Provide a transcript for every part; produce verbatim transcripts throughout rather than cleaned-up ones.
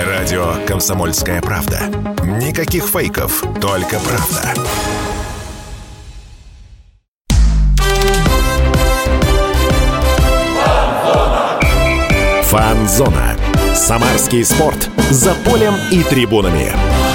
Радио «Комсомольская правда». Никаких фейков, только правда. Фан-зона. Самарский спорт. За полем и трибунами.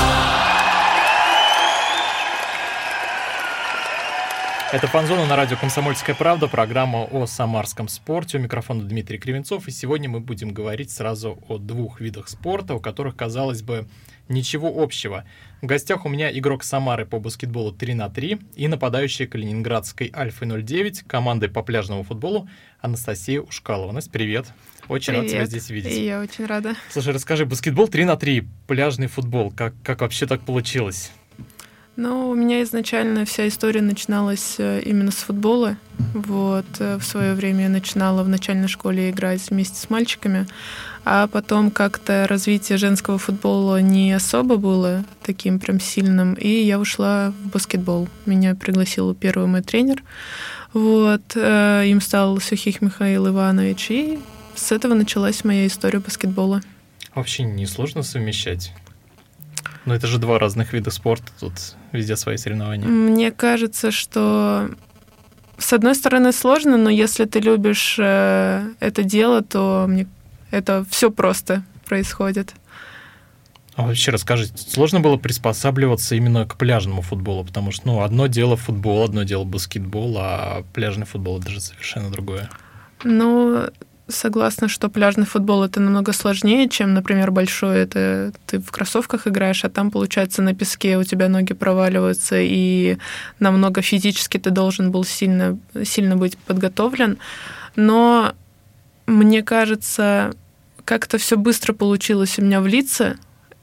Это «Фан-зона» на радио «Комсомольская правда», программа о самарском спорте. У микрофона Дмитрий Кривенцов. И сегодня мы будем говорить сразу о двух видах спорта, у которых, казалось бы, ничего общего. В гостях у меня игрок Самары по баскетболу три на три и нападающая калининградской «Альфы ноль девять» командой по пляжному футболу Анастасия Ушкалова. Настя, привет. Очень Привет. рад тебя здесь видеть. И я очень рада. Слушай, расскажи, баскетбол три на три, пляжный футбол. Как, как вообще так получилось? Ну, у меня изначально вся история начиналась именно с футбола. Вот. В свое время я начинала в начальной школе играть вместе с мальчиками, а потом как-то развитие женского футбола не особо было таким прям сильным, и я ушла в баскетбол. Меня пригласил первый мой тренер. Вот. Им стал Сухих Михаил Иванович, и с этого началась моя история баскетбола. Вообще не сложно совмещать? Но это же два разных вида спорта, тут везде свои соревнования. Мне кажется, что с одной стороны сложно, но если ты любишь э, это дело, то мне это все просто происходит. А вообще расскажи, сложно было приспосабливаться именно к пляжному футболу, потому что ну, одно дело футбол, одно дело баскетбол, а пляжный футбол — это же совершенно другое. Ну, согласна, что пляжный футбол — это намного сложнее, чем, например, большой. Это ты в кроссовках играешь, а там, получается, на песке у тебя ноги проваливаются, и намного физически ты должен был сильно, сильно быть подготовлен. Но мне кажется, как-то все быстро получилось у меня влиться,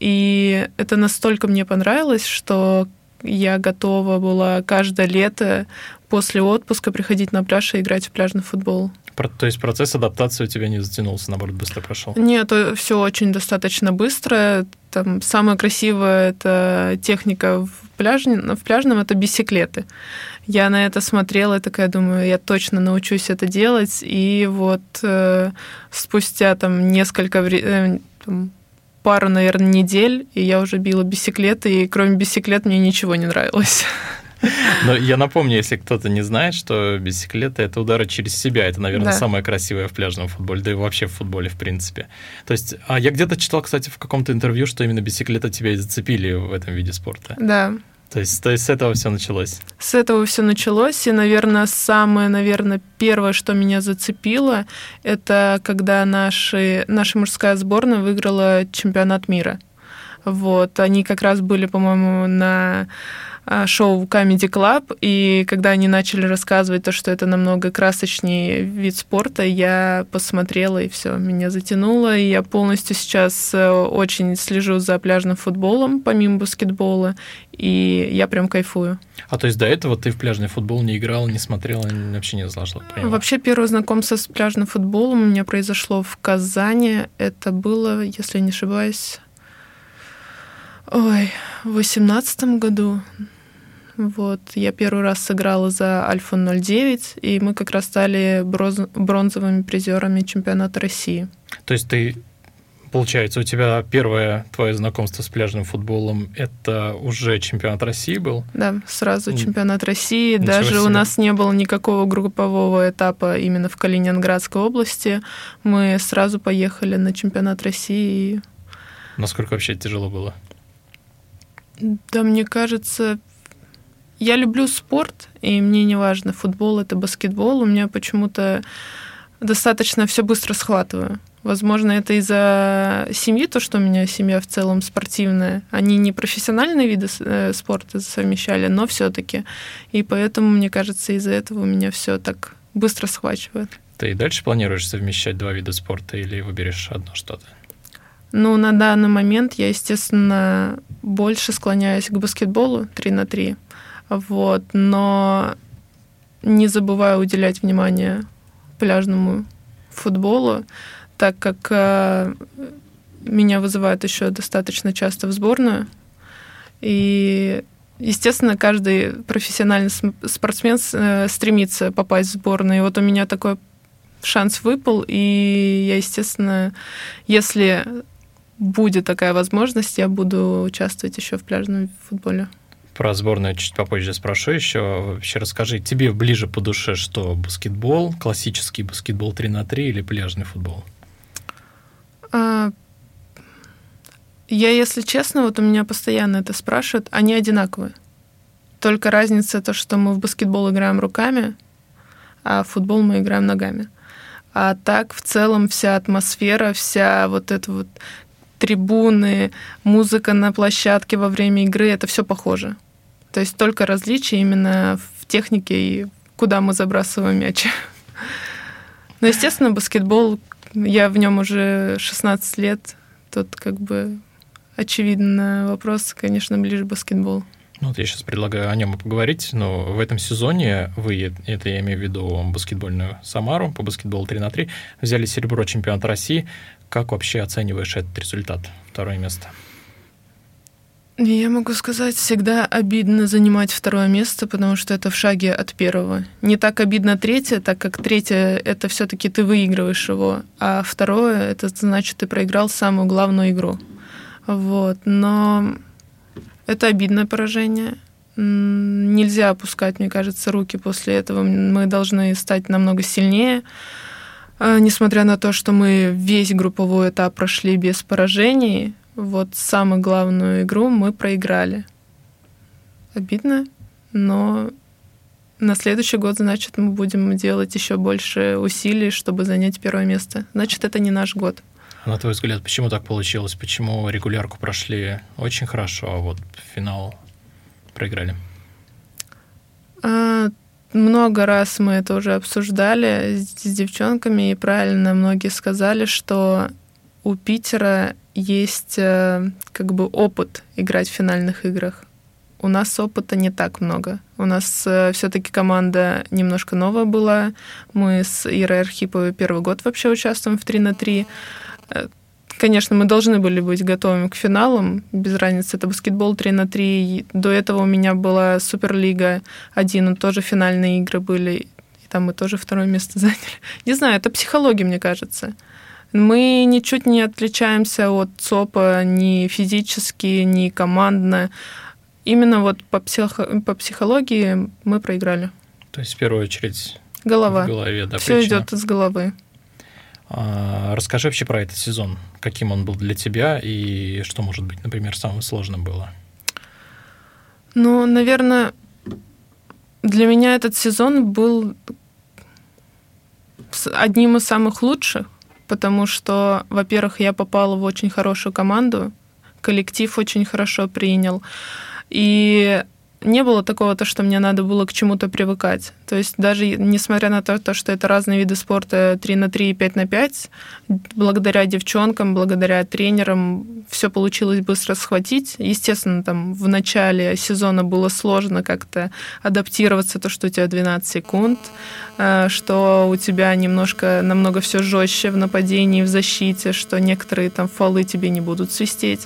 и это настолько мне понравилось, что я готова была каждое лето после отпуска приходить на пляж и играть в пляжный футбол. То есть процесс адаптации у тебя не затянулся, наоборот, быстро прошел? Нет, все очень достаточно быстро. Там самое красивое — это техника в, пляж... в пляжном — это бисиклеты. Я на это смотрела и такая думаю, я точно научусь это делать. И вот э, спустя там несколько э, там, пару, наверное, недель, и я уже била бисиклеты, и кроме бисиклет мне ничего не нравилось. Но я напомню, если кто-то не знает, что бисиклеты — это удары через себя. Это, наверное, да. самое красивое в пляжном футболе, да и вообще в футболе, в принципе. То есть, а я где-то читал, кстати, в каком-то интервью, что именно бисиклеты тебя и зацепили в этом виде спорта. Да. То есть, то есть с этого все началось? С этого все началось, и, наверное, самое, наверное, первое, что меня зацепило, это когда наши, наша мужская сборная выиграла чемпионат мира. Вот. Они как раз были, по-моему, на шоу Comedy Club, и когда они начали рассказывать то, что это намного красочнее вид спорта, я посмотрела, и все, меня затянуло, и я полностью сейчас очень слежу за пляжным футболом, помимо баскетбола, и я прям кайфую. А то есть до этого ты в пляжный футбол не играла, не смотрела, вообще не знала, что это? Вообще первое знакомство с пляжным футболом у меня произошло в Казани, это было, если не ошибаюсь, ой, в восемнадцатом году. Вот. Я первый раз сыграла за Альфу ноль девять, и мы как раз стали броз- бронзовыми призерами чемпионата России. То есть ты, получается, у тебя первое твое знакомство с пляжным футболом — это уже чемпионат России был? Да, сразу чемпионат России. Ничего Даже себе. У нас не было никакого группового этапа именно в Калининградской области. Мы сразу поехали на чемпионат России. Насколько вообще тяжело было? Да, мне кажется... Я люблю спорт, и мне не важно, футбол это баскетбол. У меня почему-то достаточно все быстро схватываю. Возможно, это из-за семьи, то, что у меня семья в целом спортивная. Они не профессиональные виды спорта совмещали, но все-таки. И поэтому, мне кажется, из-за этого у меня все так быстро схвачивает. Ты и дальше планируешь совмещать два вида спорта или выберешь одно что-то? Ну, на данный момент я, естественно, больше склоняюсь к баскетболу три на три. Вот, но не забываю уделять внимание пляжному футболу, так как э, меня вызывают еще достаточно часто в сборную. И, естественно, каждый профессиональный спортсмен э, стремится попасть в сборную. И вот у меня такой шанс выпал, и я, естественно, если будет такая возможность, я буду участвовать еще в пляжном футболе. Про сборную чуть попозже спрошу еще. Вообще расскажи, тебе ближе по душе что, баскетбол, классический баскетбол три на три или пляжный футбол? А, я, если честно, вот у меня постоянно это спрашивают, они одинаковые. Только разница то, что мы в баскетбол играем руками, а в футбол мы играем ногами. А так, в целом, вся атмосфера, вся вот эта вот трибуны, музыка на площадке во время игры, это все похоже. То есть только различия именно в технике и куда мы забрасываем мяч. Но, естественно, баскетбол, я в нем уже шестнадцать лет, тут как бы очевидный вопрос, конечно, ближе баскетбол. Ну, вот я сейчас предлагаю о нем поговорить, но в этом сезоне вы, это я имею в виду баскетбольную Самару, по баскетболу три на три, взяли серебро чемпионата России. Как вообще оцениваешь этот результат? Второе место. Я могу сказать, всегда обидно занимать второе место, потому что это в шаге от первого. Не так обидно третье, так как третье — это все-таки ты выигрываешь его, а второе — это значит, ты проиграл самую главную игру. Вот. Но это обидное поражение. Нельзя опускать, мне кажется, руки после этого. Мы должны стать намного сильнее. Несмотря на то, что мы весь групповой этап прошли без поражений, вот самую главную игру мы проиграли. Обидно, но на следующий год, значит, мы будем делать еще больше усилий, чтобы занять первое место. Значит, это не наш год. На твой взгляд, почему так получилось? Почему регулярку прошли очень хорошо, а вот финал проиграли? А, много раз мы это уже обсуждали с, с девчонками, и правильно многие сказали, что у Питера есть как бы опыт играть в финальных играх. У нас опыта не так много. У нас все-таки команда немножко новая была. Мы с Ирой Архиповой первый год вообще участвуем в три на три. Конечно, мы должны были быть готовыми к финалам, без разницы, это баскетбол три на три. До этого у меня была Суперлига один, тоже финальные игры были, и там мы тоже второе место заняли. Не знаю, это психология, мне кажется. Мы ничуть не отличаемся от ЦОПа ни физически, ни командно. Именно вот по, психо- по психологии мы проиграли. То есть, в первую очередь, голова. В голове, да, все идет из головы. А, расскажи вообще про этот сезон. Каким он был для тебя и что, может быть, например, самым сложным было? Ну, наверное, для меня этот сезон был одним из самых лучших, потому что, во-первых, я попала в очень хорошую команду, коллектив очень хорошо принял, и не было такого, то, что мне надо было к чему-то привыкать. То есть даже несмотря на то, то, что это разные виды спорта три на три и пять на пять, благодаря девчонкам, благодаря тренерам все получилось быстро схватить. Естественно, там в начале сезона было сложно как-то адаптироваться, то, что у тебя двенадцать секунд, что у тебя немножко, намного все жестче в нападении, в защите, что некоторые там фолы тебе не будут свистеть.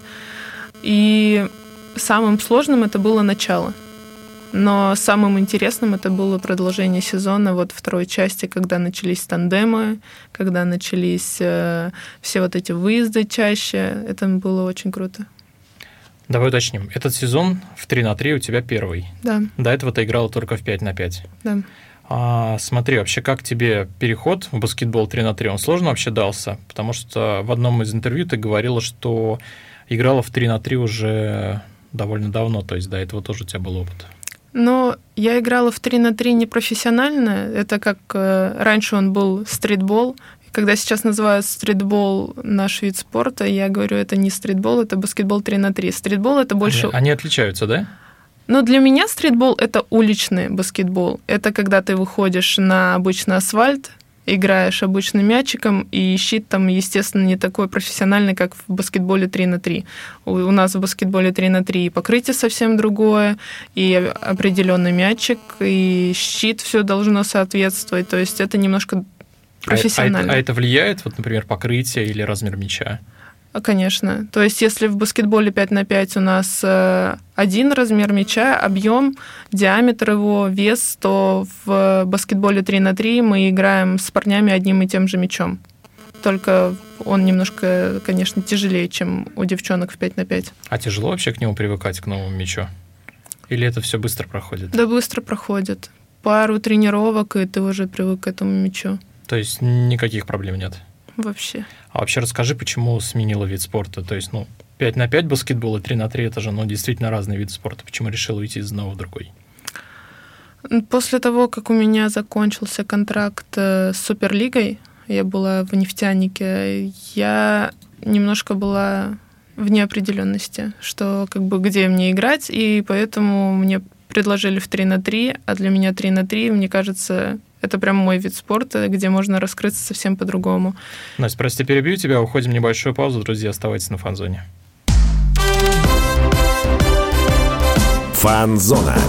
И самым сложным это было начало. Но самым интересным это было продолжение сезона, вот второй части, когда начались тандемы, когда начались э, все вот эти выезды чаще. Это было очень круто. Давай уточним. Этот сезон в три на три у тебя первый. Да. До этого ты играла только в пять на пять. Да. А, смотри, вообще, как тебе переход в баскетбол три на три? Он сложно вообще дался? Потому что в одном из интервью ты говорила, что играла в три на три уже довольно давно, то есть до этого тоже у тебя был опыт. Но я играла в три на три непрофессионально. Это как э, раньше он был стритбол. Когда сейчас называют стритбол наш вид спорта, я говорю, это не стритбол, это баскетбол три на три. Стритбол — это больше... Они, они отличаются, да? Но для меня стритбол — это уличный баскетбол. Это когда ты выходишь на обычный асфальт, играешь обычным мячиком, и щит там, естественно, не такой профессиональный, как в баскетболе три на три. У, у нас в баскетболе три на три и покрытие совсем другое, и определенный мячик, и щит, все должно соответствовать. То есть это немножко профессионально. А, а, это, а это влияет, вот, например, покрытие или размер мяча? Конечно. То есть если в баскетболе пять на пять у нас один размер мяча, объем, диаметр его, вес, то в баскетболе три на три мы играем с парнями одним и тем же мячом. только он немножко, конечно, тяжелее, чем у девчонок в пять на пять. А тяжело вообще к нему привыкать, к новому мячу? Или это все быстро проходит? Да, быстро проходит. Пару тренировок, и ты уже привык к этому мячу. То есть никаких проблем нет? Вообще. А вообще расскажи, почему сменила вид спорта? То есть, ну, пять на пять баскетбол и три на три это же, ну, действительно разные виды спорта. Почему решила уйти из одного в другой? После того, как у меня закончился контракт с Суперлигой, я была в «Нефтянике», я немножко была в неопределенности, что как бы где мне играть, и поэтому мне предложили в три на три, а для меня три на три, мне кажется, это прям мой вид спорта, где можно раскрыться совсем по-другому. Настя, прости, перебью тебя, уходим в небольшую паузу, друзья, оставайтесь на Фан-зоне. Фан-зона.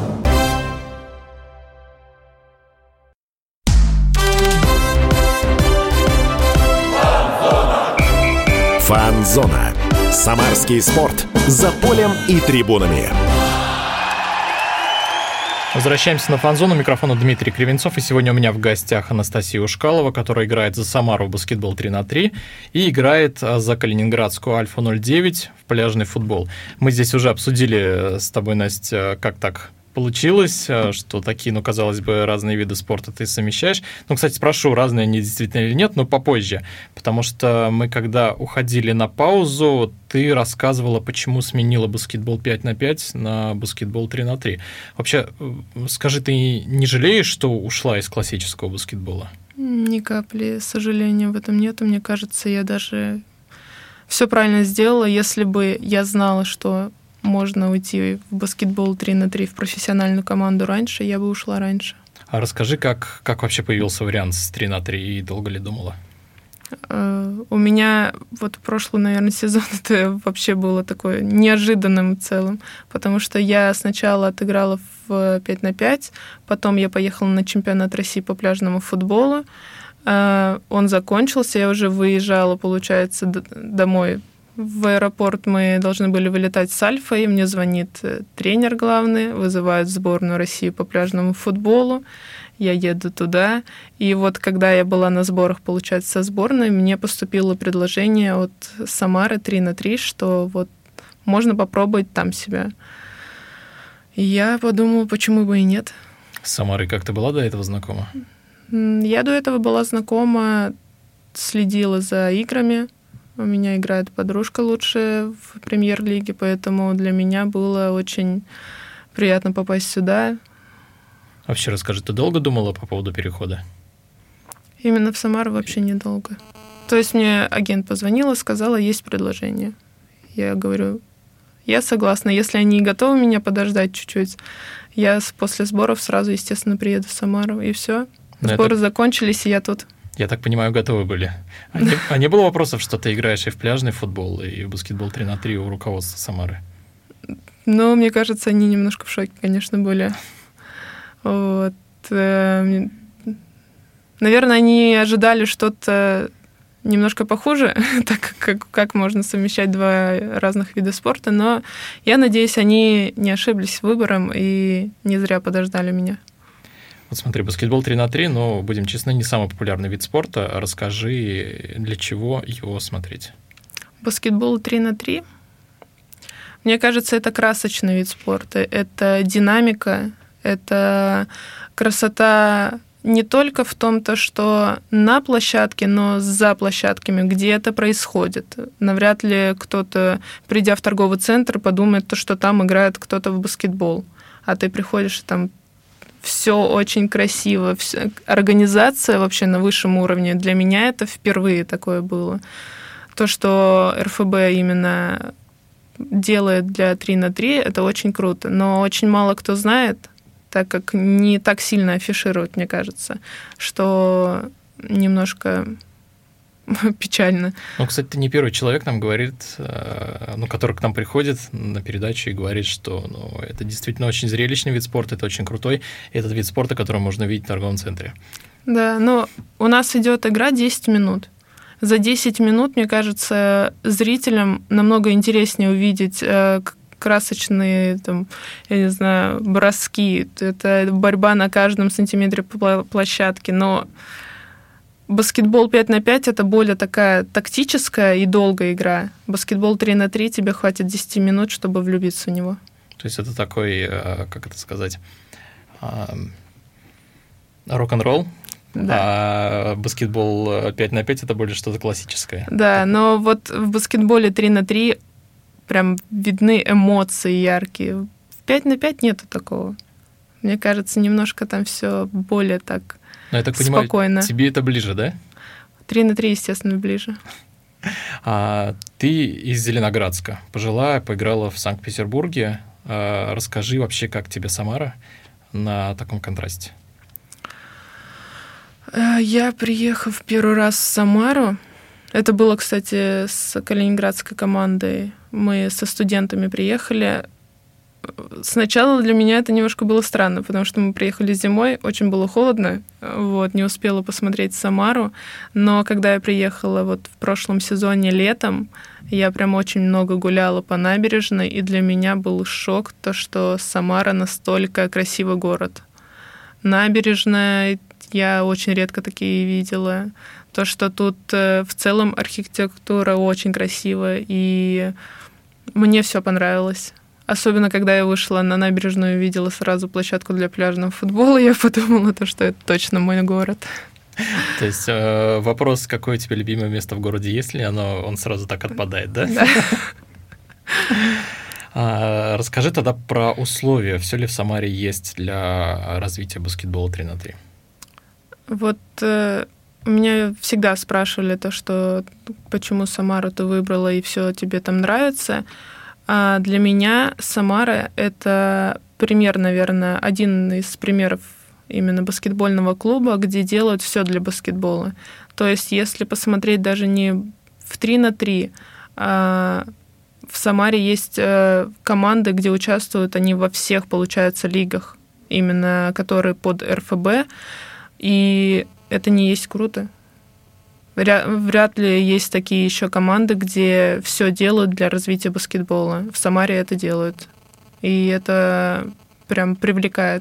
Фан-зона. Самарский спорт. За полем и трибунами. Возвращаемся на Фан-зону. Микрофон Дмитрий Кривенцов. И сегодня у меня в гостях Анастасия Ушкалова, которая играет за Самару в баскетбол три на три и играет за Калининградскую Альфу ноль девять в пляжный футбол. Мы здесь уже обсудили с тобой, Настя, как так получилось, что такие, ну, казалось бы, разные виды спорта ты совмещаешь. Ну, кстати, спрошу, разные они действительно или нет, но попозже. Потому что мы, когда уходили на паузу, ты рассказывала, почему сменила баскетбол пять на пять на баскетбол три на три. Вообще, скажи, ты не жалеешь, что ушла из классического баскетбола? Ни капли сожаления в этом нет. Мне кажется, я даже все правильно сделала. Если бы я знала, что можно уйти в баскетбол три на три в профессиональную команду раньше, я бы ушла раньше. А расскажи, как, как вообще появился вариант с три на три и долго ли думала? Uh, у меня вот прошлый, наверное, сезон это вообще было такое неожиданным целым, потому что я сначала отыграла в пять на пять, потом я поехала на чемпионат России по пляжному футболу. Uh, он закончился, я уже выезжала, получается, д- домой. В аэропорт мы должны были вылетать с Альфой, мне звонит тренер главный, вызывает сборную России по пляжному футболу, я еду туда, и вот когда я была на сборах, получается, со сборной, мне поступило предложение от Самары три на три, что вот можно попробовать там себя. И я подумала, почему бы и нет. С Самарой как ты была до этого знакома? Я до этого была знакома, следила за играми. У меня играет подружка лучшая в премьер-лиге, поэтому для меня было очень приятно попасть сюда. Вообще, расскажи, ты долго думала по поводу перехода? Именно в Самару вообще недолго. То есть мне агент позвонила, сказала, есть предложение. Я говорю, я согласна. Если они готовы меня подождать чуть-чуть, я после сборов сразу, естественно, приеду в Самару, и все. Сборы это... закончились, и я тут. Я так понимаю, готовы были. А не, а не было вопросов, что ты играешь и в пляжный футбол, и в баскетбол три на три у руководства Самары? Ну, мне кажется, они немножко в шоке, конечно, были. Вот. Наверное, они ожидали что-то немножко похуже, так как, как можно совмещать два разных вида спорта, но я надеюсь, они не ошиблись выбором и не зря подождали меня. Вот смотри, баскетбол три на три, но, будем честны, не самый популярный вид спорта. Расскажи, для чего его смотреть? Баскетбол три на три, мне кажется, это красочный вид спорта. Это динамика, это красота не только в том-то, что на площадке, но за площадками, где это происходит. Навряд ли кто-то, придя в торговый центр, подумает, что там играет кто-то в баскетбол. А ты приходишь, и там все очень красиво. Все... Организация вообще на высшем уровне. Для меня это впервые такое было. То, что эр эф бэ именно делает для три на три, это очень круто. Но очень мало кто знает, так как не так сильно афишируют, мне кажется, что немножко печально. Ну, кстати, ты не первый человек нам говорит, ну, который к нам приходит на передачу и говорит, что ну, это действительно очень зрелищный вид спорта, это очень крутой, и этот вид спорта, который можно увидеть в торговом центре. Да, но у нас идет игра десять минут. За десять минут, мне кажется, зрителям намного интереснее увидеть красочные, там, я не знаю, броски. Это борьба на каждом сантиметре площадки, но... баскетбол пять на пять это более такая тактическая и долгая игра. Баскетбол три на три тебе хватит десять минут, чтобы влюбиться в него. То есть это такой, как это сказать, рок-н-ролл? Да. А баскетбол пять на пять это более что-то классическое. Да, но вот в баскетболе три на три прям видны эмоции яркие. В пять на пять нету такого. Мне кажется, немножко там все более так Но я так спокойно. Понимаю, тебе это ближе, да? три на три, естественно, ближе. А, ты из Зеленоградска. Пожила, поиграла в Санкт-Петербурге. А, расскажи вообще, как тебе Самара на таком контрасте? Я, приехав первый раз в Самару, это было, кстати, с калининградской командой, мы со студентами приехали. Сначала для меня это немножко было странно, потому что мы приехали зимой, очень было холодно, вот, не успела посмотреть Самару, но когда я приехала вот в прошлом сезоне летом, я прям очень много гуляла по набережной, и для меня был шок, то, что Самара настолько красивый город. Набережная, я очень редко такие видела. То, что тут в целом архитектура очень красивая, и мне все понравилось. Особенно, когда я вышла на набережную и увидела сразу площадку для пляжного футбола, я подумала, то, что это точно мой город. То есть э, вопрос, какое у тебя любимое место в городе, есть ли оно, он сразу так отпадает, да? Да. А, расскажи тогда про условия. Все ли в Самаре есть для развития баскетбола три на три? Вот э, меня всегда спрашивали то, что почему Самару ты выбрала и все тебе там нравится. А для меня Самара — это пример, наверное, один из примеров именно баскетбольного клуба, где делают все для баскетбола. То есть если посмотреть даже не в три на три, а в Самаре есть команды, где участвуют они во всех, получается, лигах, именно которые под эр эф бэ, и это не есть круто. Вряд ли есть такие еще команды, где все делают для развития баскетбола. В Самаре это делают. И это прям привлекает.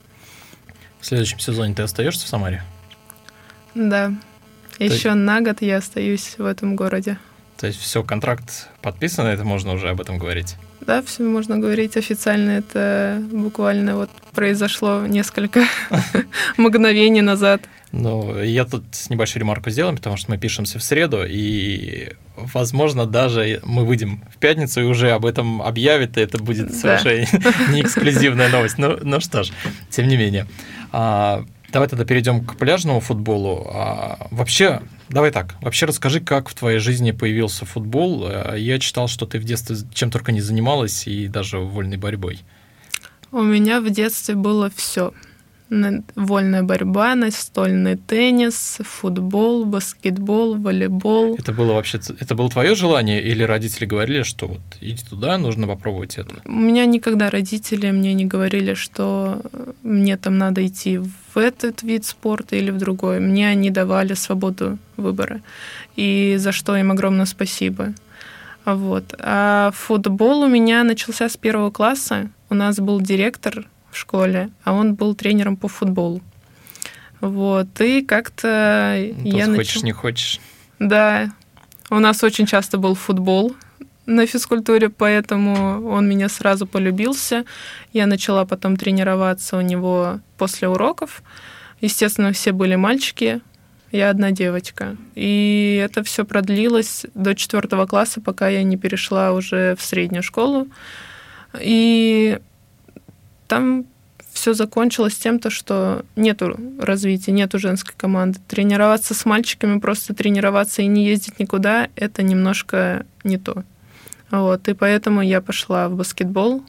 В следующем сезоне ты остаешься в Самаре? Да. Еще То... на год я остаюсь в этом городе. То есть все, контракт подписан, это можно уже об этом говорить? Да, все можно говорить официально. Это буквально вот произошло несколько мгновений назад. Ну, я тут небольшую ремарку сделаю, потому что мы пишемся в среду, и, возможно, даже мы выйдем в пятницу и уже об этом объявят, и это будет совершенно да. не эксклюзивная новость. Ну, ну что ж, тем не менее. А, давай тогда перейдем к пляжному футболу. А, вообще, давай так, вообще расскажи, как в твоей жизни появился футбол. Я читал, что ты в детстве чем только не занималась, и даже вольной борьбой. У меня в детстве было все. Вольная борьба, настольный теннис, футбол, баскетбол, волейбол. Это было вообще, это было твое желание, или родители говорили, что вот иди туда, нужно попробовать это? У меня никогда родители мне не говорили, что мне там надо идти в этот вид спорта или в другой. Мне они давали свободу выбора, и за что им огромное спасибо. Вот. А футбол у меня начался с первого класса. У нас был директор в школе, а он был тренером по футболу. Вот, и как-то Тут я хочешь, начала... не хочешь. Да, у нас очень часто был футбол на физкультуре, поэтому он меня сразу полюбился. Я начала потом тренироваться у него после уроков. Естественно, все были мальчики, я одна девочка. И это все продлилось до четвертого класса, пока я не перешла уже в среднюю школу. И там все закончилось тем, то, что нету развития, нету женской команды. Тренироваться с мальчиками, просто тренироваться и не ездить никуда, это немножко не то. Вот, и поэтому я пошла в баскетбол,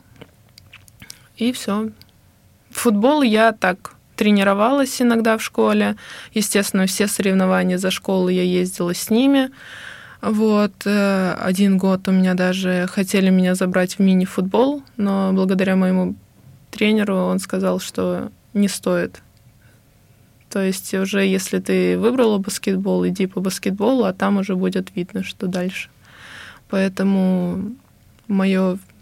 и все. Футбол я так тренировалась иногда в школе. Естественно, все соревнования за школу я ездила с ними. Вот, один год у меня даже хотели меня забрать в мини-футбол, но благодаря моему тренеру он сказал, что не стоит. То есть уже если ты выбрала баскетбол, иди по баскетболу, а там уже будет видно, что дальше. Поэтому мое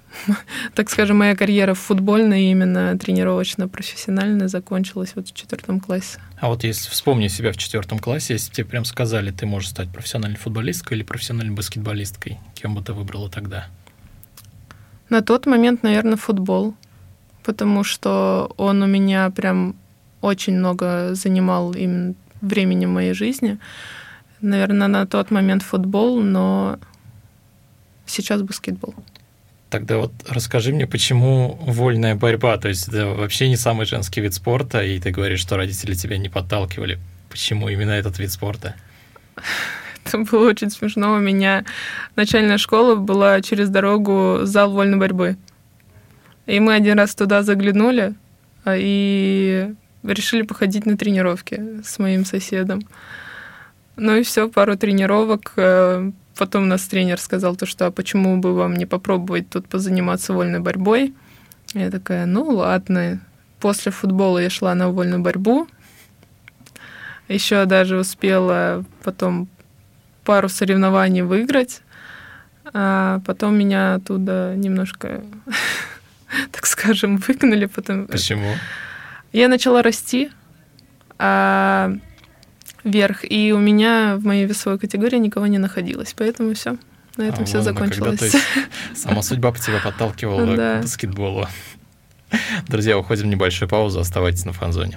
так скажем, моя карьера футбольная, именно тренировочно-профессиональная, закончилась вот в четвертом классе. А вот если вспомнить себя в четвертом классе, если тебе прям сказали, ты можешь стать профессиональной футболисткой или профессиональной баскетболисткой, кем бы ты выбрала тогда? На тот момент, наверное, футбол, потому что он у меня прям очень много занимал именно времени в моей жизни. Наверное, на тот момент футбол, но сейчас баскетбол. Тогда вот расскажи мне, почему вольная борьба? То есть это вообще не самый женский вид спорта, и ты говоришь, что родители тебя не подталкивали. Почему именно этот вид спорта? Это было очень смешно. У меня начальная школа была через дорогу зал вольной борьбы. И мы один раз туда заглянули и решили походить на тренировки с моим соседом. Ну и все, пару тренировок. Потом нас тренер сказал, то, что а почему бы вам не попробовать тут позаниматься вольной борьбой. Я такая, ну ладно. После футбола я шла на вольную борьбу. Еще даже успела потом пару соревнований выиграть. А потом меня оттуда немножко, так скажем, выгнали. Потом... Почему? Я начала расти а вверх, и у меня в моей весовой категории никого не находилось. Поэтому все, на этом а все закончилось. Когда, то есть, сама судьба по тебя подталкивала да. к баскетболу. Друзья, уходим в небольшую паузу. Оставайтесь на Фан-зоне.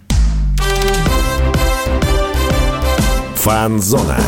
Фан-зона.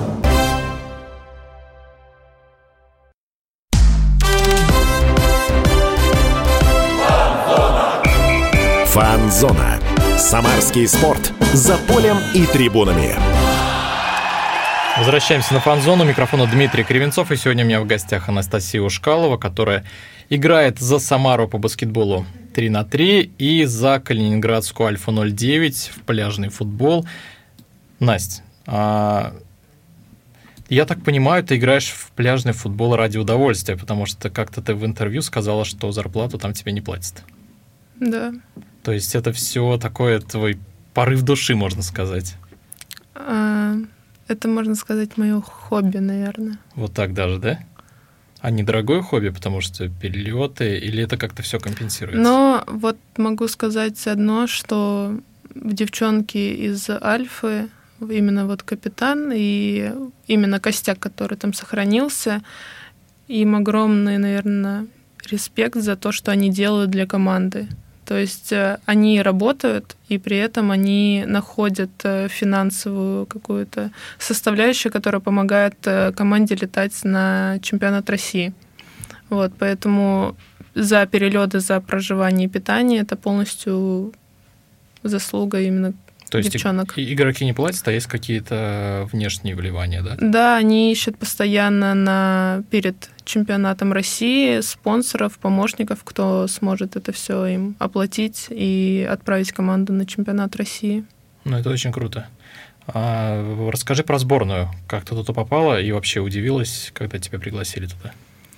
Фан-зона. Самарский спорт. За полем и трибунами. Возвращаемся на Фан-зону. Микрофон Дмитрий Кривенцов. И сегодня у меня в гостях Анастасия Ушкалова, которая играет за Самару по баскетболу три на три и за Калининградскую Альфу ноль девять в пляжный футбол. Настя, а... я так понимаю, ты играешь в пляжный футбол ради удовольствия, потому что как-то ты в интервью сказала, что зарплату там тебе не платят. Да. То есть это все такое твой порыв души, можно сказать. А, это, можно сказать, мое хобби, наверное. Вот так даже, да? А недорогое хобби, потому что перелеты, или это как-то все компенсируется? Но вот могу сказать одно, что девчонки из Альфы, именно вот капитан и именно костяк, который там сохранился, им огромный, наверное, респект за то, что они делают для команды. То есть они работают, и при этом они находят финансовую какую-то составляющую, которая помогает команде летать на чемпионат России. Вот, поэтому за перелеты, за проживание и питание это полностью заслуга именно То есть девчонок. И, игроки не платят, а есть какие-то внешние вливания, да? Да, они ищут постоянно на, перед чемпионатом России спонсоров, помощников, кто сможет это все им оплатить и отправить команду на чемпионат России. Ну, это очень круто. А расскажи про сборную. Как ты туда попала и вообще удивилась, когда тебя пригласили туда?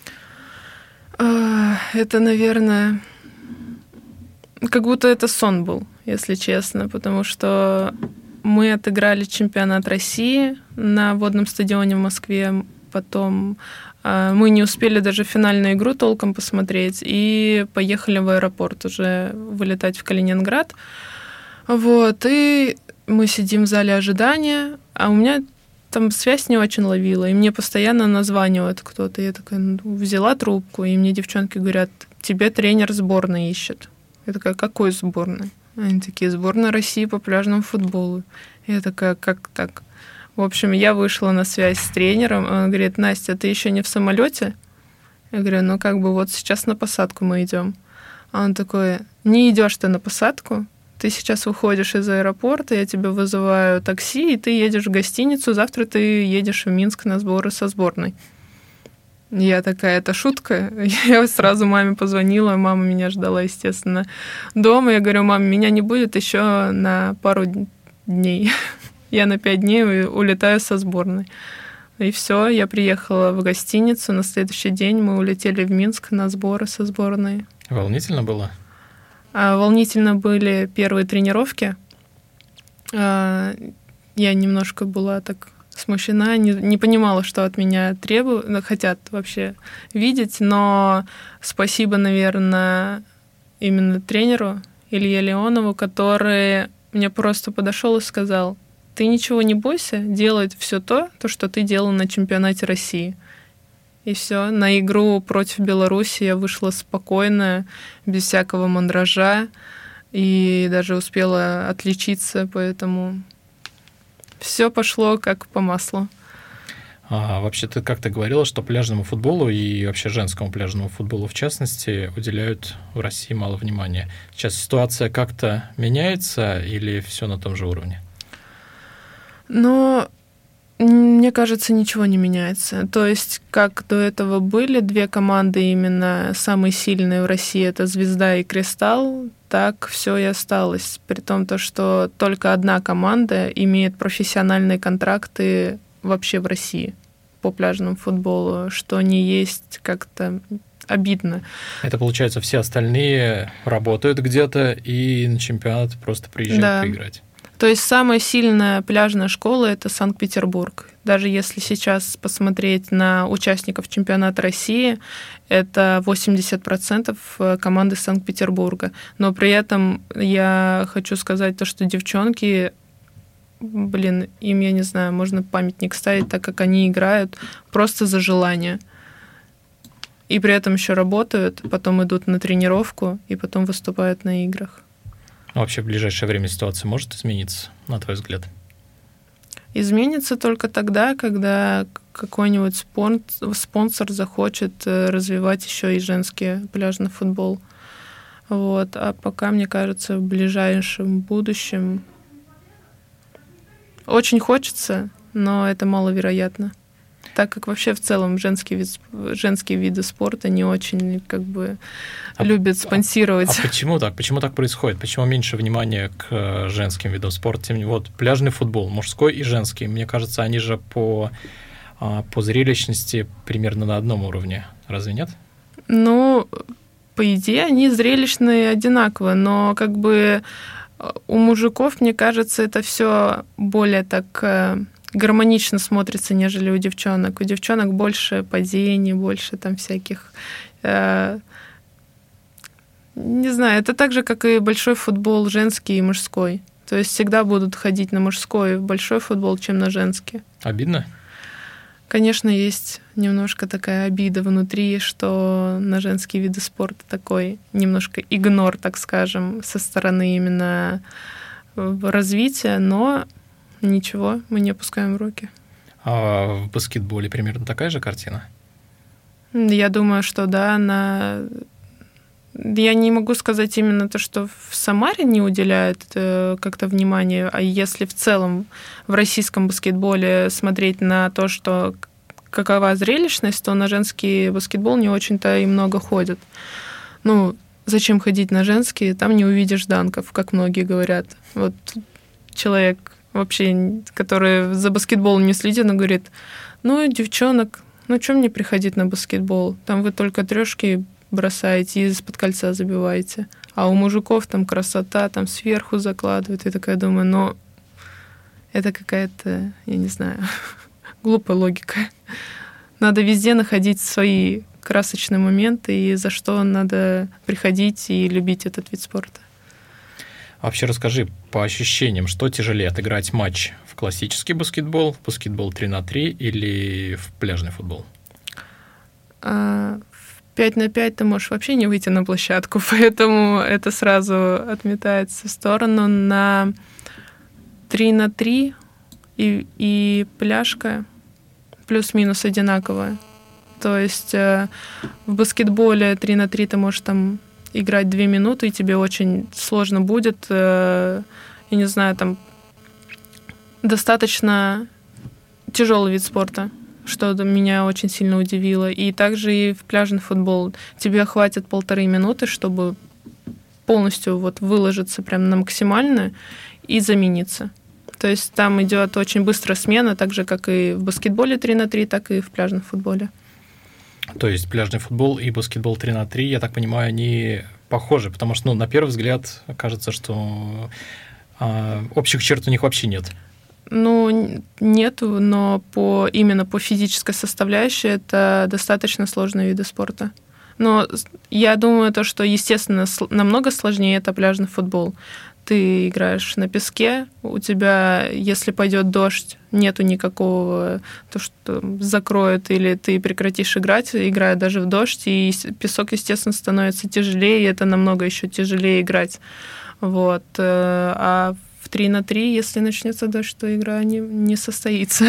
Это, наверное, как будто это сон был, если честно, потому что мы отыграли чемпионат России на водном стадионе в Москве, потом э, мы не успели даже финальную игру толком посмотреть и поехали в аэропорт уже вылетать в Калининград. Вот, и мы сидим в зале ожидания, а у меня там связь не очень ловила, и мне постоянно названивает кто-то. Я такая ну, взяла трубку, и мне девчонки говорят, тебе тренер сборной ищет. Я такая, какой сборной? Они такие, сборная России по пляжному футболу. Я такая, как так? В общем, я вышла на связь с тренером. Он говорит, Настя, ты еще не в самолете? Я говорю, ну как бы вот сейчас на посадку мы идем. А он такой, не идешь ты на посадку, ты сейчас выходишь из аэропорта, я тебя вызываю такси, и ты едешь в гостиницу, завтра ты едешь в Минск на сборы со сборной. Я такая, это шутка. Я сразу маме позвонила, мама меня ждала, естественно, дома. Я говорю, мам, меня не будет еще на пару дней. Я на пять дней улетаю со сборной. И все, я приехала в гостиницу. На следующий день мы улетели в Минск на сборы со сборной. Волнительно было? А, волнительно были первые тренировки. А, я немножко была так смущена, не, не понимала, что от меня требуют, хотят вообще видеть, но спасибо, наверное, именно тренеру Илье Леонову, который мне просто подошел и сказал: ты ничего не бойся, делай все то, то, что ты делал на чемпионате России. И все. На игру против Беларуси я вышла спокойно, без всякого мандража, и даже успела отличиться, поэтому все пошло как по маслу. А, вообще, ты как-то говорила, что пляжному футболу и вообще женскому пляжному футболу в частности уделяют в России мало внимания. Сейчас ситуация как-то меняется или все на том же уровне? Но мне кажется, ничего не меняется. То есть, как до этого были две команды именно самые сильные в России, это «Звезда» и «Кристалл», так все и осталось. При том, то, что только одна команда имеет профессиональные контракты вообще в России по пляжному футболу, что не есть как-то обидно. Это, получается, все остальные работают где-то и на чемпионат просто приезжают да. поиграть. То есть самая сильная пляжная школа — это Санкт-Петербург. Даже если сейчас посмотреть на участников чемпионата России, это восемьдесят процентов команды Санкт-Петербурга. Но при этом я хочу сказать то, что девчонки, блин, им, я не знаю, можно памятник ставить, так как они играют просто за желание. И при этом еще работают, потом идут на тренировку и потом выступают на играх. А вообще в ближайшее время ситуация может измениться, на твой взгляд? Изменится только тогда, когда какой-нибудь спонсор захочет развивать еще и женский пляжный футбол. Вот. А пока, мне кажется, в ближайшем будущем очень хочется, но это маловероятно. Так как вообще в целом женские, вид, женские виды спорта не очень как бы а, любят спонсировать. А, а почему так? Почему так происходит? Почему меньше внимания к женским видам спорта? Вот пляжный футбол, мужской и женский, мне кажется, они же по, по зрелищности примерно на одном уровне. Разве нет? Ну, по идее, они зрелищные одинаково, но как бы у мужиков, мне кажется, это все более так гармонично смотрится, нежели у девчонок. У девчонок больше падений, больше там всяких... Э, не знаю, это так же, как и большой футбол женский и мужской. То есть всегда будут ходить на мужской большой футбол, чем на женский. Обидно? Конечно, есть немножко такая обида внутри, что на женские виды спорта такой немножко игнор, так скажем, со стороны именно развития, но... Ничего, мы не опускаем руки. А в баскетболе примерно такая же картина? Я думаю, что да. На... Я не могу сказать именно то, что в Самаре не уделяют как-то внимания, а если в целом в российском баскетболе смотреть на то, что какова зрелищность, то на женский баскетбол не очень-то и много ходят. Ну, зачем ходить на женский? Там не увидишь данков, как многие говорят. Вот человек... вообще, который за баскетболом не следит, он говорит: ну, девчонок, ну, что мне приходить на баскетбол? Там вы только трешки бросаете и из-под кольца забиваете. А у мужиков там красота, там сверху закладывают. И такая думаю, ну, это какая-то, я не знаю, глупая логика. Надо везде находить свои красочные моменты, и за что надо приходить и любить этот вид спорта. Вообще расскажи по ощущениям, что тяжелее, отыграть матч в классический баскетбол, в баскетбол три на три или в пляжный футбол? А, в пять на пять ты можешь вообще не выйти на площадку, поэтому это сразу отметается в сторону. На три на три и, и пляжка плюс-минус одинаковая. То есть в баскетболе три на три ты можешь там играть две минуты, и тебе очень сложно будет, я не знаю, там достаточно тяжелый вид спорта, что меня очень сильно удивило. И также и в пляжный футбол тебе хватит полторы минуты, чтобы полностью вот выложиться прям на максимальное и замениться. То есть там идет очень быстрая смена, так же, как и в баскетболе три на три, так и в пляжном футболе. То есть пляжный футбол и баскетбол три на три, я так понимаю, они похожи, потому что, ну, на первый взгляд кажется, что а, общих черт у них вообще нет. Ну, нету, но по, именно по физической составляющей это достаточно сложные виды спорта. Но я думаю, то, что, естественно, намного сложнее это пляжный футбол. Ты играешь на песке, у тебя, если пойдет дождь, нету никакого, то, что закроет, или ты прекратишь играть, играя даже в дождь, и песок, естественно, становится тяжелее, и это намного еще тяжелее играть. Вот. А в три на три, если начнется дождь, то игра не, не состоится.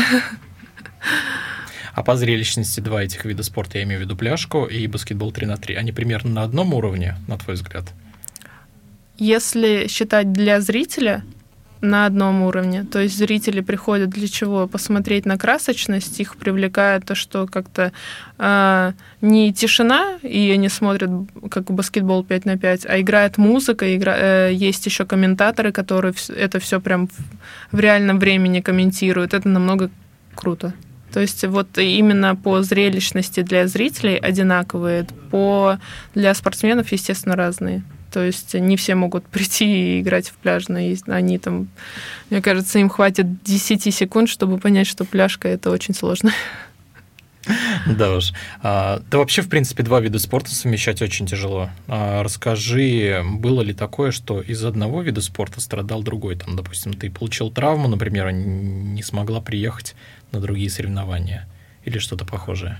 А по зрелищности два этих вида спорта, я имею в виду пляжку и баскетбол три на три, они примерно на одном уровне, на твой взгляд? Если считать для зрителя, на одном уровне. То есть зрители приходят для чего? Посмотреть на красочность, их привлекает то, что как-то э, не тишина, и они смотрят как баскетбол пять на пять, а играет музыка, игра, э, есть еще комментаторы, которые это все прям в, в реальном времени комментируют. Это намного круто. То есть вот именно по зрелищности для зрителей одинаковые, по, для спортсменов, естественно, разные. То есть не все могут прийти и играть в пляжное. Они там, мне кажется, им хватит десять секунд, чтобы понять, что пляжка — это очень сложно. Да уж. Да вообще, в принципе, два вида спорта совмещать очень тяжело. Расскажи, было ли такое, что из одного вида спорта страдал другой? Там, допустим, ты получил травму, например, не смогла приехать на другие соревнования или что-то похожее?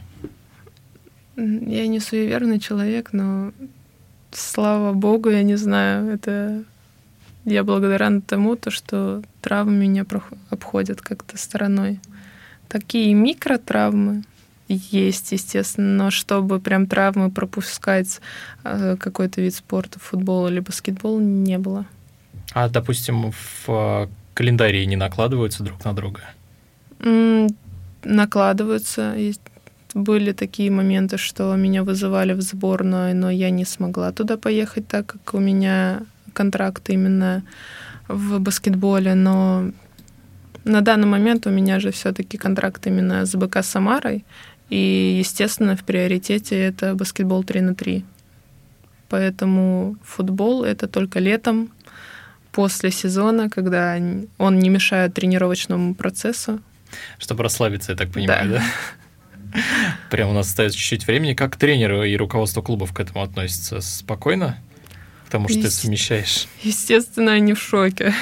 Я не суеверный человек, но слава богу, я не знаю, это я благодарна тому, то, что травмы меня обходят как-то стороной. Такие микротравмы есть, естественно, но чтобы прям травмы пропускать какой-то вид спорта, футбол или баскетбол, не было. А, допустим, в календаре не накладываются друг на друга? Накладываются. Есть, были такие моменты, что меня вызывали в сборную, но я не смогла туда поехать, так как у меня контракт именно в баскетболе, но на данный момент у меня же все-таки контракт именно с БК Самарой, и, естественно, в приоритете это баскетбол три на три. Поэтому футбол — это только летом, после сезона, когда он не мешает тренировочному процессу. Чтобы расслабиться, я так понимаю, да? да? Прям у нас остается чуть-чуть времени. Как тренеры и руководство клубов к этому относятся? Спокойно? Потому что Есте... ты совмещаешь? Естественно, они в шоке.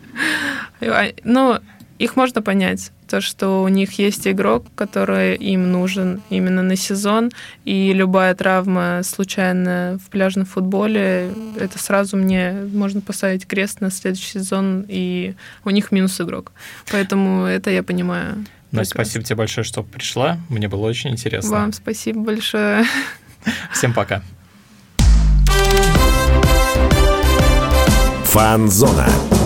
Но их можно понять. То, что у них есть игрок, который им нужен именно на сезон, и любая травма случайная в пляжном футболе, это сразу мне можно поставить крест на следующий сезон, и у них минус игрок. Поэтому это я понимаю. Настя, спасибо тебе большое, что пришла. Мне было очень интересно. Вам спасибо большое. Всем пока. Фан-зона.